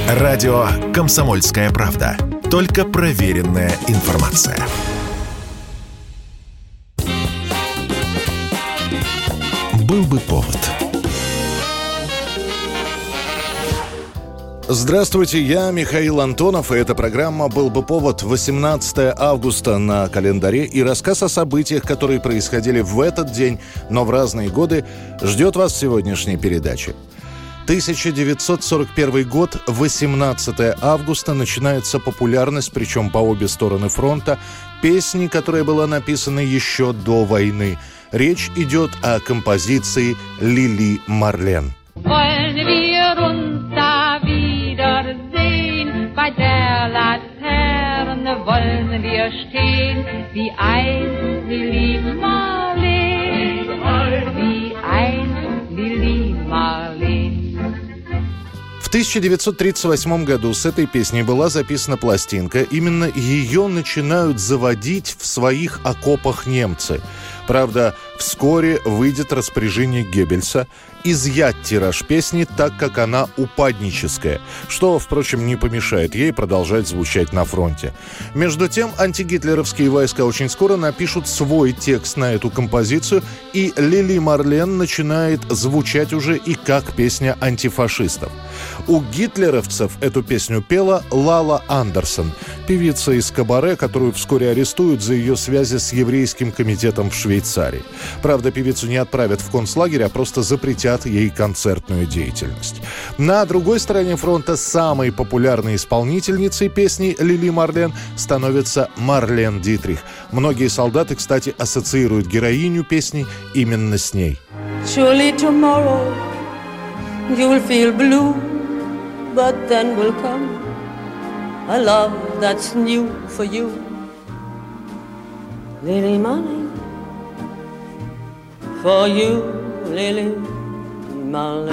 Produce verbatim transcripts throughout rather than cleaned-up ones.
Радио «Комсомольская правда». Только проверенная информация. Был бы повод. Здравствуйте, я Михаил Антонов, и эта программа «Был бы повод». восемнадцатое августа на календаре, и рассказ о событиях, которые происходили в этот день, но в разные годы, ждет вас в сегодняшней передаче. тысяча девятьсот сорок первый год, восемнадцатое августа, начинается популярность, причем по обе стороны фронта, песни, которая была написана еще до войны. Речь идет о композиции Лили Марлен. Bei der Laterne wollen wir stehen, wie einst Lili Marleen, wie einst Lili Marleen. В тысяча девятьсот тридцать восьмом году с этой песней была записана пластинка. Именно ее начинают заводить в своих окопах немцы. Правда, вскоре выйдет распоряжение Геббельса изъять тираж песни, так как она упадническая, что, впрочем, не помешает ей продолжать звучать на фронте. Между тем, антигитлеровские войска очень скоро напишут свой текст на эту композицию, и Лили Марлен начинает звучать уже и как песня антифашистов. У гитлеровцев эту песню пела Лала Андерсон, певица из кабаре, которую вскоре арестуют за ее связи с еврейским комитетом в Швейцарии. Правда, певицу не отправят в концлагерь, а просто запретят ей концертную деятельность. На другой стороне фронта самой популярной исполнительницей песни Лили Марлен становится Марлен Дитрих. Многие солдаты, кстати, ассоциируют героиню песни именно с ней. Surely tomorrow you'll feel blue, but then will come a love that's new for you. Lily Marleen, for you, Lily Marleen.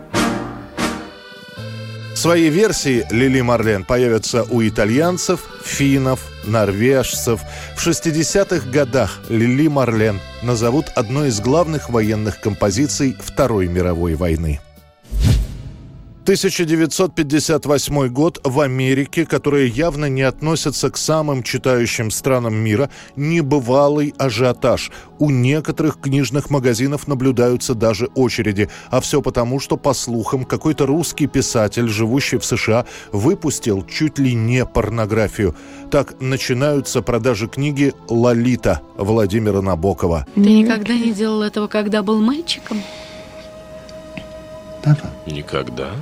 Свои версии Лили Марлен появятся у итальянцев, финнов, норвежцев. В шестидесятых годах Лили Марлен назовут одной из главных военных композиций Второй мировой войны. тысяча девятьсот пятьдесят восьмой год в Америке, которая явно не относится к самым читающим странам мира, небывалый ажиотаж. У некоторых книжных магазинов наблюдаются даже очереди. А все потому, что, по слухам, какой-то русский писатель, живущий в США, выпустил чуть ли не порнографию. Так начинаются продажи книги «Лолита» Владимира Набокова. Ты никогда не делал этого, когда был мальчиком? Никогда.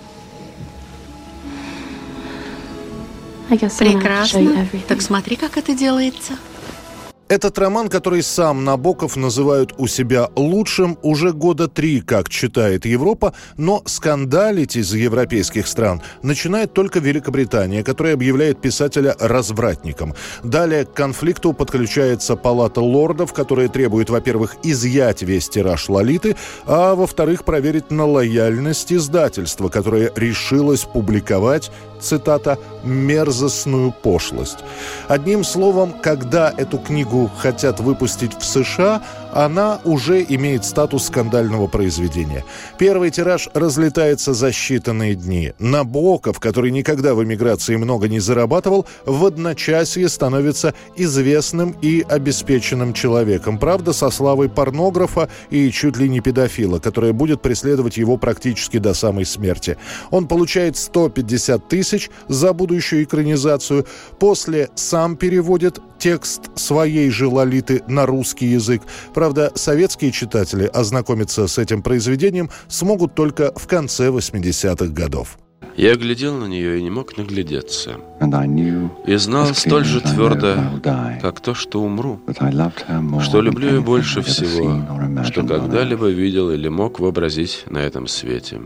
Прекрасно. Так смотри, как это делается. Этот роман, который сам Набоков называют у себя лучшим, уже года три как читает Европа, но скандалить из европейских стран начинает только Великобритания, которая объявляет писателя развратником. Далее к конфликту подключается Палата лордов, которая требует, во-первых, изъять весь тираж «Лолиты», а во-вторых, проверить на лояльность издательства, которое решилось публиковать, цитата, «мерзостную пошлость». Одним словом, когда эту книгу хотят выпустить в США, она уже имеет статус скандального произведения. Первый тираж разлетается за считанные дни. Набоков, который никогда в эмиграции много не зарабатывал, в одночасье становится известным и обеспеченным человеком. Правда, со славой порнографа и чуть ли не педофила, которая будет преследовать его практически до самой смерти. Он получает сто пятьдесят тысяч за будущую экранизацию. После сам переводит текст своей же «Лолиты» на русский язык. Правда, советские читатели ознакомиться с этим произведением смогут только в конце восьмидесятых годов. Я глядел на нее и не мог наглядеться. И знал столь же твердо, как то, что умру, что люблю ее больше всего, что когда-либо видел или мог вообразить на этом свете.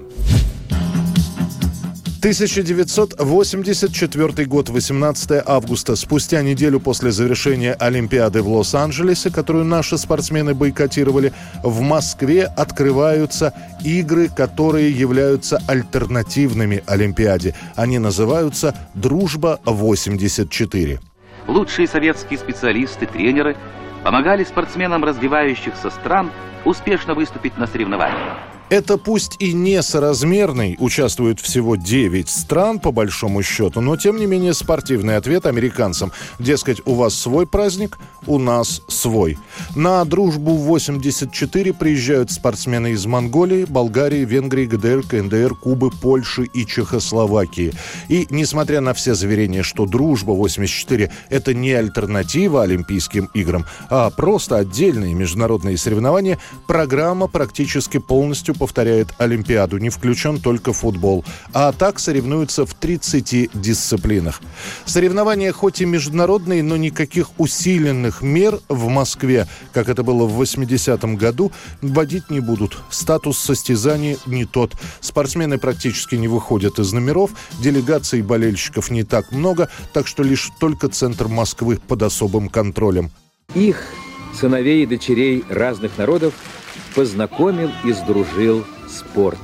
тысяча девятьсот восемьдесят четвёртый год, восемнадцатое августа. Спустя неделю после завершения Олимпиады в Лос-Анджелесе, которую наши спортсмены бойкотировали, в Москве открываются игры, которые являются альтернативными Олимпиаде. Они называются «Дружба-восемьдесят четыре». Лучшие советские специалисты, тренеры помогали спортсменам развивающихся стран успешно выступить на соревнованиях. Это пусть и несоразмерный, участвуют всего девять стран по большому счету, но тем не менее спортивный ответ американцам. Дескать, у вас свой праздник, у нас свой. На дружбу восемьдесят четыре приезжают спортсмены из Монголии, Болгарии, Венгрии, ГДР, КНДР, Кубы, Польши и Чехословакии. И несмотря на все заверения, что дружба восемьдесят четыре – это не альтернатива Олимпийским играм, а просто отдельные международные соревнования, программа практически полностью повторяет Олимпиаду, не включен только футбол. А так соревнуются в тридцати дисциплинах. Соревнования хоть и международные, но никаких усиленных мер в Москве, как это было в восьмидесятом году, вводить не будут. Статус состязаний не тот. Спортсмены практически не выходят из номеров, делегаций болельщиков не так много, так что лишь только центр Москвы под особым контролем. Их, сыновей и дочерей разных народов, познакомил и сдружил спорт.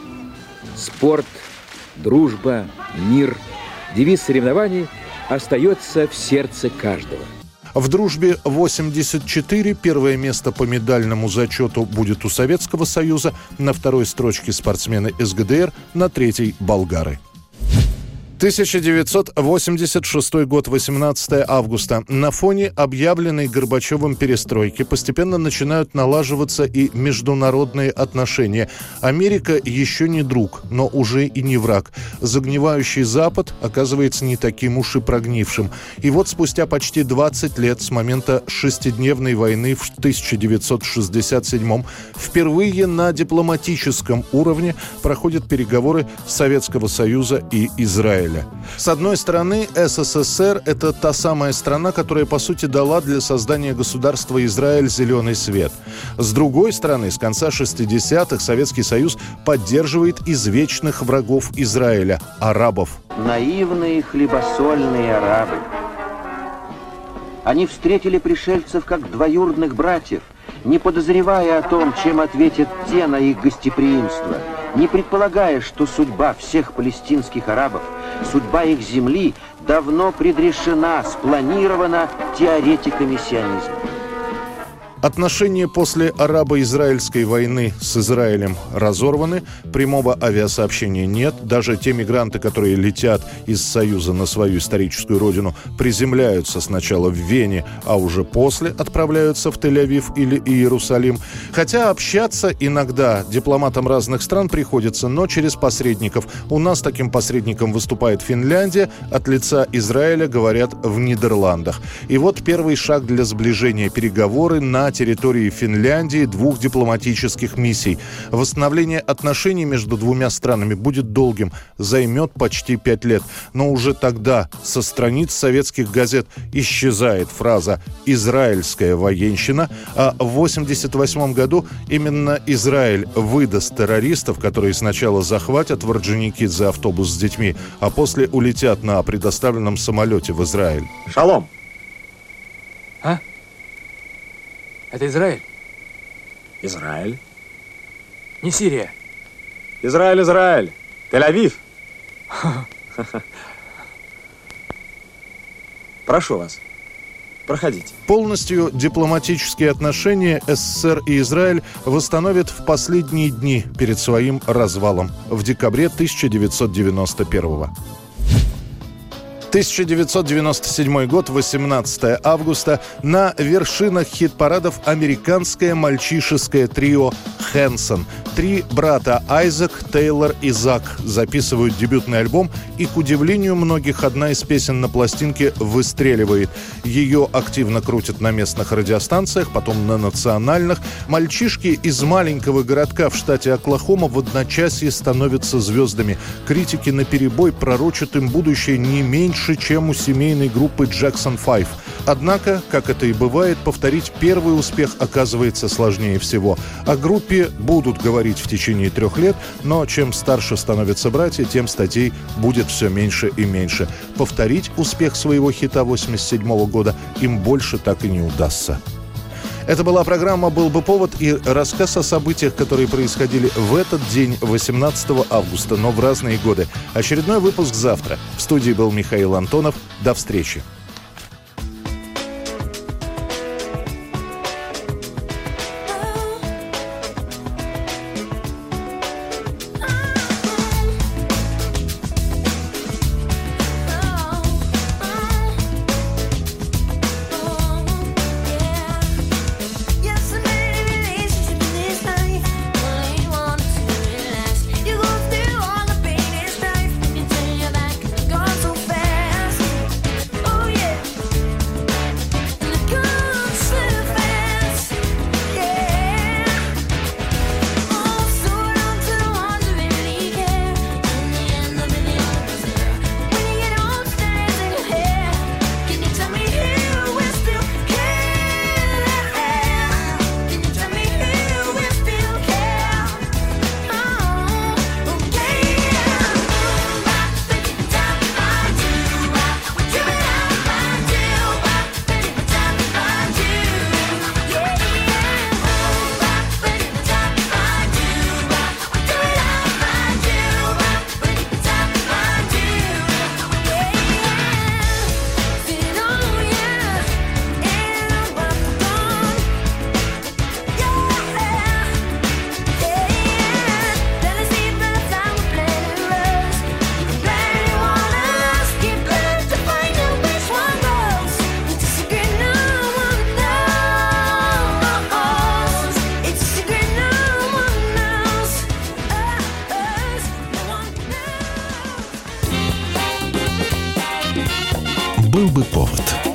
Спорт, дружба, мир. Девиз соревнований остается в сердце каждого. В дружбе восемьдесят четыре первое место по медальному зачету будет у Советского Союза, на второй строчке спортсмены из ГДР, на третьей – болгары. тысяча девятьсот восемьдесят шестой год, восемнадцатое августа. На фоне объявленной Горбачевым перестройки постепенно начинают налаживаться и международные отношения. Америка еще не друг, но уже и не враг. Загнивающий Запад оказывается не таким уж и прогнившим. И вот спустя почти двадцать лет с момента шестидневной войны в тысяча девятьсот шестьдесят седьмом впервые на дипломатическом уровне проходят переговоры Советского Союза и Израиля. С одной стороны, СССР – это та самая страна, которая, по сути, дала для создания государства Израиль зеленый свет. С другой стороны, с конца шестидесятых Советский Союз поддерживает извечных врагов Израиля – арабов. Наивные хлебосольные арабы. Они встретили пришельцев как двоюродных братьев, не подозревая о том, чем ответят те на их гостеприимство, не предполагая, что судьба всех палестинских арабов, судьба их земли давно предрешена, спланирована теоретиками сионизма. Отношения после арабо-израильской войны с Израилем разорваны, прямого авиасообщения нет. Даже те мигранты, которые летят из Союза на свою историческую родину, приземляются сначала в Вене, а уже после отправляются в Тель-Авив или Иерусалим. Хотя общаться иногда дипломатам разных стран приходится, но через посредников. У нас таким посредником выступает Финляндия, от лица Израиля говорят в Нидерландах. И вот первый шаг для сближения – переговоры на территории Финляндии двух дипломатических миссий. Восстановление отношений между двумя странами будет долгим, займет почти пять лет. Но уже тогда со страниц советских газет исчезает фраза «израильская военщина», а в восемьдесят восьмом году именно Израиль выдаст террористов, которые сначала захватят в Орджоникидзе автобус с детьми, а после улетят на предоставленном самолете в Израиль. Шалом! А? Это Израиль? Израиль. Не Сирия. Израиль, Израиль. Тель-Авив. Прошу вас. Проходите. Полностью дипломатические отношения СССР и Израиль восстановят в последние дни перед своим развалом в декабре тысяча девятьсот девяносто первого. тысяча девятьсот девяносто седьмой год, восемнадцатое августа. На вершинах хит-парадов американское мальчишеское трио «Хэнсон». Три брата Айзек, Тейлор и Зак записывают дебютный альбом, и, к удивлению многих, одна из песен на пластинке выстреливает. Ее активно крутят на местных радиостанциях, потом на национальных. Мальчишки из маленького городка в штате Оклахома в одночасье становятся звездами. Критики наперебой пророчат им будущее не меньше, чем у семейной группы Jackson Five. Однако, как это и бывает, повторить первый успех оказывается сложнее всего. О группе будут говорить в течение трех лет, но чем старше становятся братья, тем статей будет все меньше и меньше. Повторить успех своего хита восемьдесят седьмого года им больше так и не удастся. Это была программа «Был бы повод» и рассказ о событиях, которые происходили в этот день, восемнадцатого августа, но в разные годы. Очередной выпуск завтра. В студии был Михаил Антонов. До встречи. Был бы повод.